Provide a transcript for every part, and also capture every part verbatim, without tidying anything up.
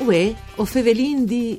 Uè, o fevelin di...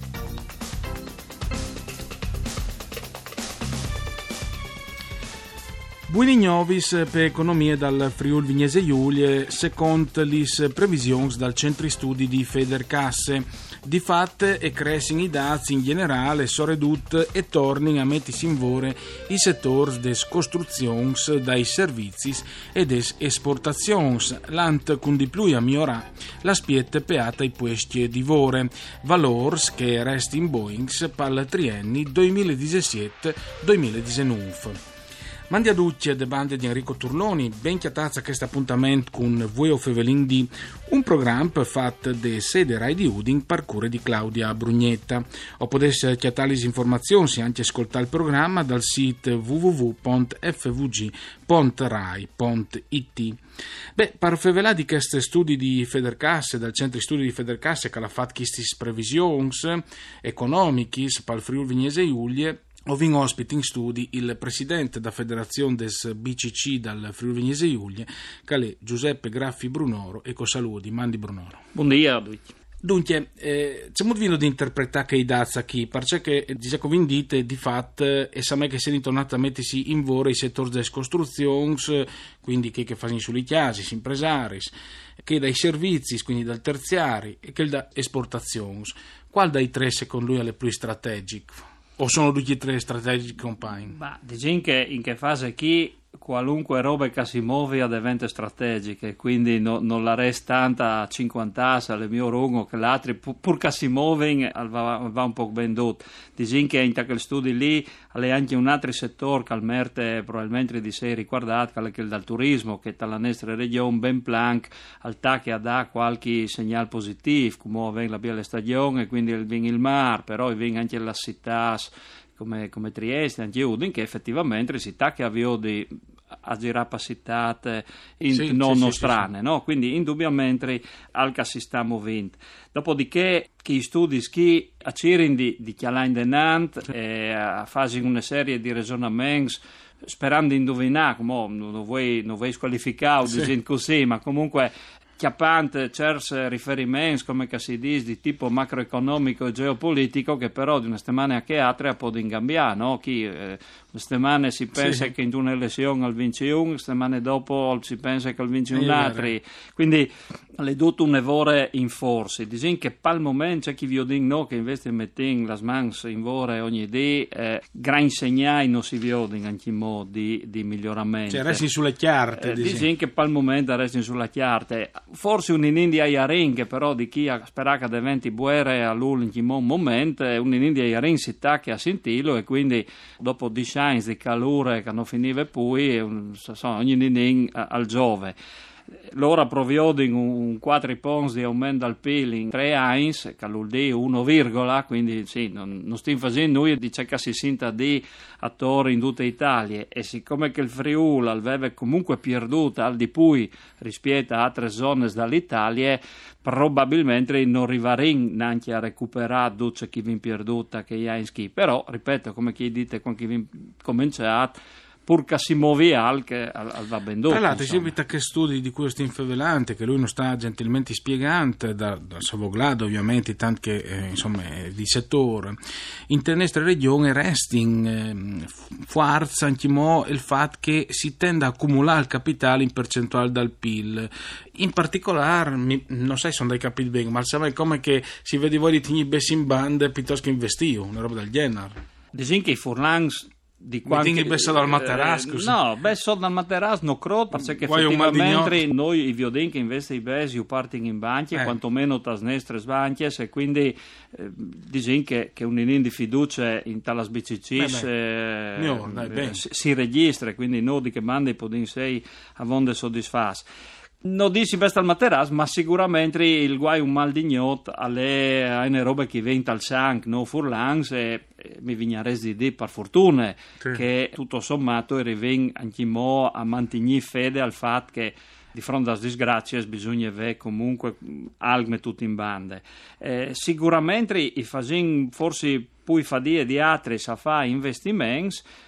Buoni novis per economie dal Friuli Vignese Giulie, secondo le previsioni dal Centro Studi di Federcasse. Di fatto, e crescono i dazi in generale, sono ridotti e tornano a mettersi in vore i settori delle costruzioni, dai servizi e delle esportazioni, l'ant con di più a migliorare la spietta peata ai puesti di vore, valori che restano in Boeing per il triennio duemiladiciassette duemiladiciannove. Mandi a tutti de bande di Enrico Turloni, ben chiatazza questo appuntamento con voi o Fevelin di un programma fatto de sede Rai di Udin parcure di Claudia Brugnetta. O potesse chiatare le informazioni se anche ascoltare il programma dal sito w w w punto f v g punto rai punto i t. Beh, per fevelà di questi studi di Federcasse, dal centro studi di Federcasse che ha fatto queste previsioni economiche per il Friuli Vignese Giulie, ho vinto ospite in studi il presidente della federazione des B C C dal Friuli Vignese Giulie, che è Giuseppe Graffi Brunoro, e con saluti, mandi Brunoro. Buongiorno a tutti. Dunque, eh, c'è molto vino di interpretare che i dazza qui, perché dice che dite di fatto e sa me che si è ritornato a mettersi in vore i settori delle costruzioni, quindi che, che fanno sulle chiasi, gli impresari, che dai servizi, quindi dal terziari, e che da esportazioni. Qual dai tre secondo lui è le più strategiche? O sono tutti e tre strategici compagni? Ma diciamo che in che fase qui qualunque roba che si muove diventa strategica, quindi no, non la resta tanta a cinquanta anni alle mie rungo che l'altri pur, pur che si muovono va, va un po' venduto. Diciamo che in quel studio lì è anche un altro settore che al merte probabilmente di sé riguardato, che è quello del turismo, che dalla nostra regione ben plank al che ha dato qualche segnale positivo, come viene la bella stagione, quindi viene il mare, però viene anche la città come, come Trieste, anche Udine, che effettivamente si sta che avvio di a girare passitate in sì, non sì, nostrane, sì, sì. No? Quindi indubbiamente alca si sta muovendo. Dopodiché chi studi chi a Cirin di, di Chialain de Nantes sì. e a fare una serie di ragionamenti sperando di indovinare, come non vuoi, non vuoi squalificare sì. Dicendo così, ma comunque chiappante certi riferimenti, come che si dice, di tipo macroeconomico e geopolitico, che però di una settimana a che altre può ingambare, no? Chi, eh, una settimana si pensa sì. che in una elezione al vince un, settimane dopo si pensa che al vince un altro, quindi le dute un evore in forze. Dicono che per il momento c'è chi vi dice no, che invece mettono le mani in vore ogni dì, eh, gran segnali non si vedono anche in modo di, di miglioramento. Cioè resti sulle chiarte. Eh, dicono che per il momento restano sulla chiarte. Forse un in India Iarin, che però di chi ha sperato che diventi buere all'ultimo momento, un in India Iarin si tacca a sentilo e quindi dopo dieci anni di calore che non finiva poi, ogni in al giove. L'ora provvio in un quattro punti di aumento al P I L in tre anni, che vuol dire uno, quindi sì, non, non stiamo facendo noi di ciò che si senta di attori in tutta Italia, e siccome che il Friuli aveva comunque perduto al di più rispetto a altre zone dall'Italia, probabilmente non arriveremo neanche a recuperare tutto chi vi è perduta che è in ski, però ripeto, come chi dite quando chi vi cominciato, pur che si muove al che al, al va ben dopo. Tra l'altro, si vede che studi di questo infavelante, che lui non sta gentilmente spiegando, da, da Savoglado ovviamente, tanto che eh, insomma è di settore, in te nostra regione resti in eh, forza anche mo il fatto che si tende a accumulare il capitale in percentuale dal P I L. In particolare, mi, non sai se non hai capito bene, ma sai come che si vede voi di tenere bessi in bande piuttosto che investivo, una roba del genere. Dicono che i Furlans di quanti mi besso dal materasco? Eh, no, besso dal materasco non credo, perché effettivamente noi i viodin che invece i besi partono in banche, eh. quantomeno tas nestre banche, e quindi eh, dicono che, che un inin di fiducia in talas B C C eh, Mio, dai, eh, si, si registra, quindi no di che manda i podin sei a vonde soddisfas. Non dici best al materas, ma sicuramente il guai un mal di gnot alle eine robe che venta al sangue, no furlans, e, e mi vigna resi di per fortuna sì. che tutto sommato riven anche mo a mantenere fede al fatto che di fronte alle disgrazie bisogna avere comunque alme tutte in bande. Eh, sicuramente i fasin forse poi fa di e di altri sa fa investimenti,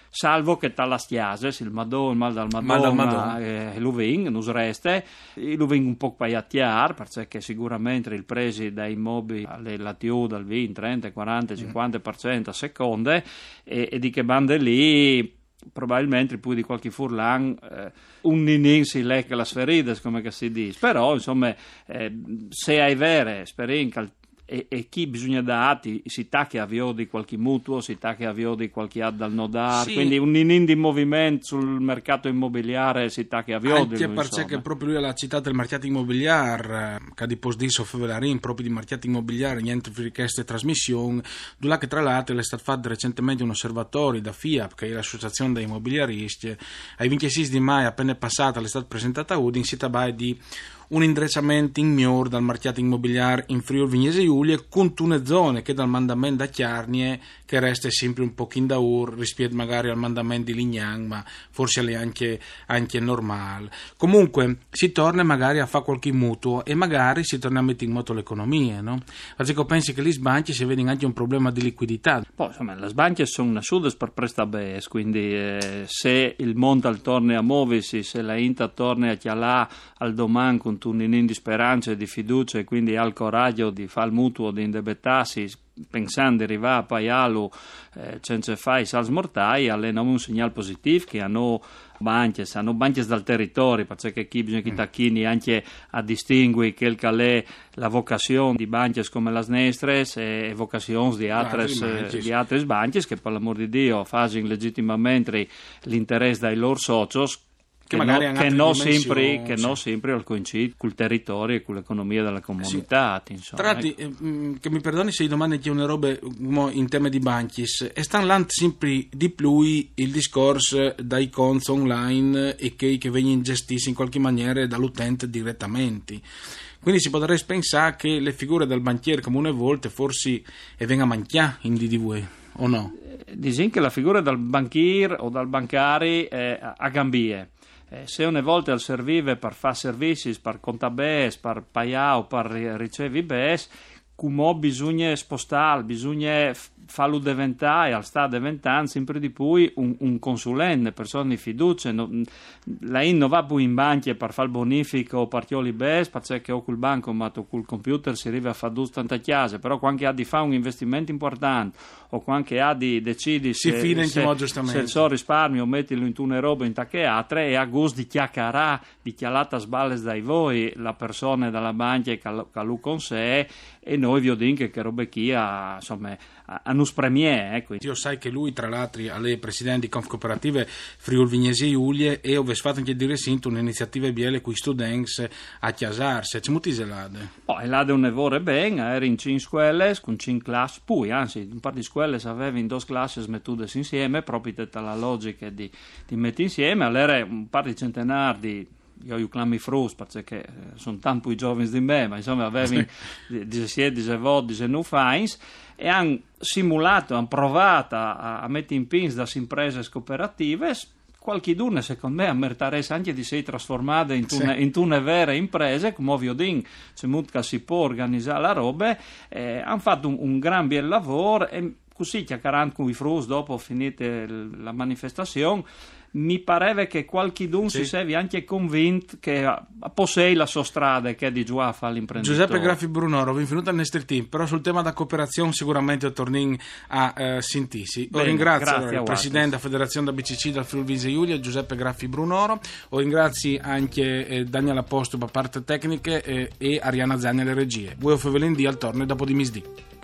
salvo che talastiases, il madò, il mal dal madò, mal dal madò. Eh, l'uving, nus reste, l'uving un po' paiattiar, perché sicuramente il presi dai immobili alle latiu dal venti, trenta, quaranta, cinquanta per cento a seconde, e, e di che bande lì probabilmente più di qualche furlan eh, un ninin si lecca la sferides, come che si dice, però insomma eh, se hai vere sperin e, e chi bisogna dati si sta che avvio di qualche mutuo, si sta che avvio di qualche ad dal nodar, sì. Quindi un ninin di movimento sul mercato immobiliare si sta che avvio anche perché che proprio lui l'ha citato il mercato immobiliare che di post di Soffevelarin proprio di mercato immobiliare niente di richieste trasmissione là che tra l'altro è stato fatto recentemente un osservatorio da F I A P, che è l'associazione dei immobiliaristi. Ai ventisei di maggio appena passata è stata presentata Udin si tratta di un indrecciamento in miglior dal mercato immobiliare in Friuli Venezia Giulia con tune zone che dal mandamento da Chiarnie che resta sempre un pochino da ur rispetto magari al mandamento di Lignang, ma forse è anche, anche normale. Comunque si torna magari a fare qualche mutuo e magari si torna a mettere in moto l'economia, no? Perché pensi che le banche si vede anche un problema di liquidità. Poi insomma le banche sono nascute per prestare, quindi eh, se il monte torna a muoversi, se la Inta torna a chialà al domani con un inin di speranza e di fiducia e quindi ha il coraggio di fare il mutuo, di indebitarsi pensando di arrivare a pagare eh, senza fare i salsi mortai, allena un segnale positivo che hanno banche, hanno banche dal territorio, perché chi bisogna che tacchini anche a distinguere che è la vocazione di banche come le nostre e vocazioni di altre di altre banche che per l'amor di Dio fanno legittimamente l'interesse dai loro soci che, che, no, che, non sempre, che sì. non sempre al coincide col territorio e con l'economia della comunità. Sì. Insomma, Tra l'altro, ecco. Che mi perdoni se io domando che una roba in tema di banchi, e stanno là sempre di più il discorso dai conti online e che, che vengono gestiti in qualche maniera dall'utente direttamente. Quindi si potrebbe pensare che le figure del banchiere come una volta forse e venga a manchiare in D D V o no? Dicono che la figura del banchiere o dal bancari è a gambie. Eh, se una volta al servive per fare servizi, per contabes, per pagare o per ricevi bes, come bisogna spostare, bisogna farlo diventare, al sta diventando sempre di più un, un consulente, persone di fiducia. No, la in non va più in banche per fare il bonifico o per chioli bes, perché o col banco ma o col computer si arriva a fare due tante chiese, però quando ha di fare un investimento importante o quando ha di decidere si se, fine se, se il suo risparmio mettilo in una roba in taccheatre e a gusto di chiacchierare, di chialata sballes dai voi la persona dalla banca che ha lui con sé e noi vi ho detto che robe chi ha, insomma, a nus premier. Ecco. Io sai che lui, tra l'altro, alle presidenti di Conf Cooperative Friuli Venezia Giulia e ho fatto anche dire sinto un'iniziativa biele con i studenti a chiasarsi. C'è molti zelade. Poi l'ade un evore ben, era in cinque scuole, con cinque classi, poi anzi, un par di scuole aveva in due classi mettute insieme, proprio dalla logica di, di mettere insieme, allora un par di centenari di io io clami frus perché sono tanti più giovani di me, ma insomma avevi diciassette, diciotto, diciannove fines e hanno simulato, hanno provato a, a mettere in pins da imprese cooperative. Qualche d'una secondo me a mertaresse anche di essere trasformate in una, sì. in una vera impresa, come ovvio din c'è molto si può organizzare la roba, eh, hanno fatto un, un gran bel lavoro e così chiacchierando con i frus dopo finite la manifestazione mi pareva che qualche d'un sì. si sia anche convinto che possei la sua strada che è di giù a fare l'imprenditore. Giuseppe Graffi Brunoro, benvenuto al nostro team, però sul tema della cooperazione sicuramente torniamo a eh, sentirsi. Bene, ringrazio allora, il presidente della Federazione da B C C dal Friuli Venezia Giulia, Giuseppe Graffi Brunoro, o ringrazio anche eh, Daniela Posto per parte tecniche eh, e Ariana Zanni alle regie. Voi o Fevelin di al torno e dopo di misdì.